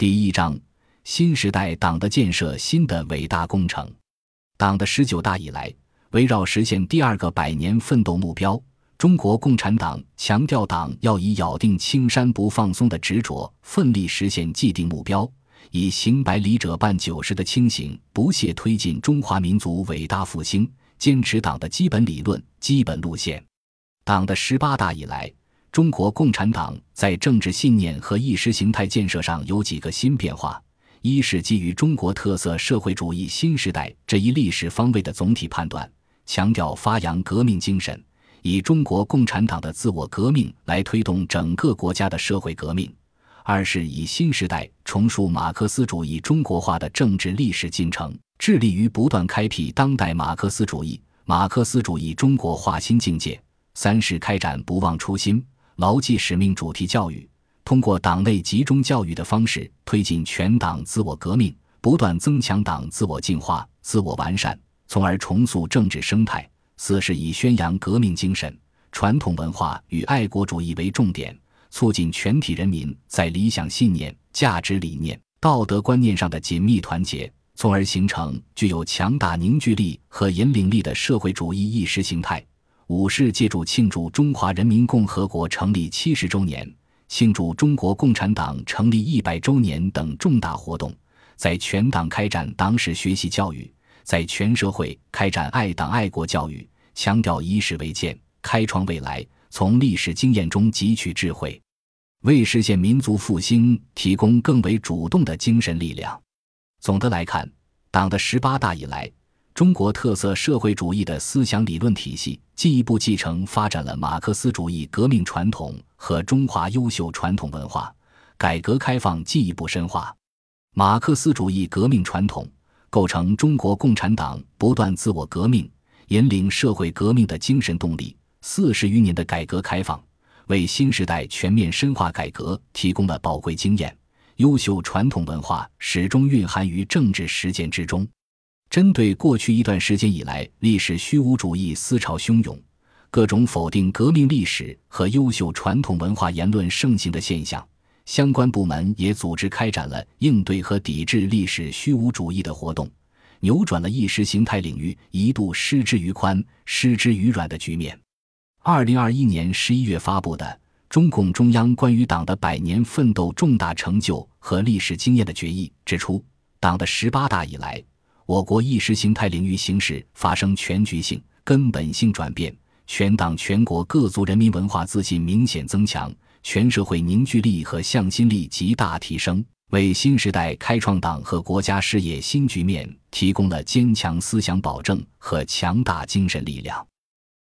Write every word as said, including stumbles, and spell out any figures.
第一章，新时代党的建设新的伟大工程。党的十九大以来，围绕实现第二个百年奋斗目标，中国共产党强调党要以咬定青山不放松的执着，奋力实现既定目标，以行百里者半九十的清醒不懈推进中华民族伟大复兴，坚持党的基本理论、基本路线。党的十八大以来，中国共产党在政治信念和意识形态建设上有几个新变化。一是基于中国特色社会主义新时代这一历史方位的总体判断，强调发扬革命精神，以中国共产党的自我革命来推动整个国家的社会革命。二是以新时代重述马克思主义中国化的政治历史进程，致力于不断开辟当代马克思主义、马克思主义中国化新境界。三是开展不忘初心、牢记使命主题教育，通过党内集中教育的方式推进全党自我革命，不断增强党自我进化、自我完善，从而重塑政治生态。四是以宣扬革命精神、传统文化与爱国主义为重点，促进全体人民在理想信念、价值理念、道德观念上的紧密团结，从而形成具有强大凝聚力和引领力的社会主义意识形态。五是借助庆祝中华人民共和国成立七十周年、庆祝中国共产党成立一百周年等重大活动，在全党开展党史学习教育，在全社会开展爱党爱国教育，强调以史为鉴，开创未来，从历史经验中汲取智慧，为实现民族复兴提供更为主动的精神力量。总的来看，党的十八大以来，中国特色社会主义的思想理论体系进一步继承发展了马克思主义革命传统和中华优秀传统文化，改革开放进一步深化。马克思主义革命传统构成中国共产党不断自我革命、引领社会革命的精神动力。四十余年的改革开放为新时代全面深化改革提供了宝贵经验，优秀传统文化始终蕴含于政治实践之中。针对过去一段时间以来历史虚无主义思潮汹涌，各种否定革命历史和优秀传统文化言论盛行的现象，相关部门也组织开展了应对和抵制历史虚无主义的活动，扭转了意识形态领域一度失之于宽、失之于软的局面。二零二一年十一月发布的中共中央关于党的百年奋斗重大成就和历史经验的决议指出，党的十八大以来，我国意识形态领域形势发生全局性、根本性转变，全党全国各族人民文化自信明显增强，全社会凝聚力和向心力极大提升，为新时代开创党和国家事业新局面提供了坚强思想保证和强大精神力量。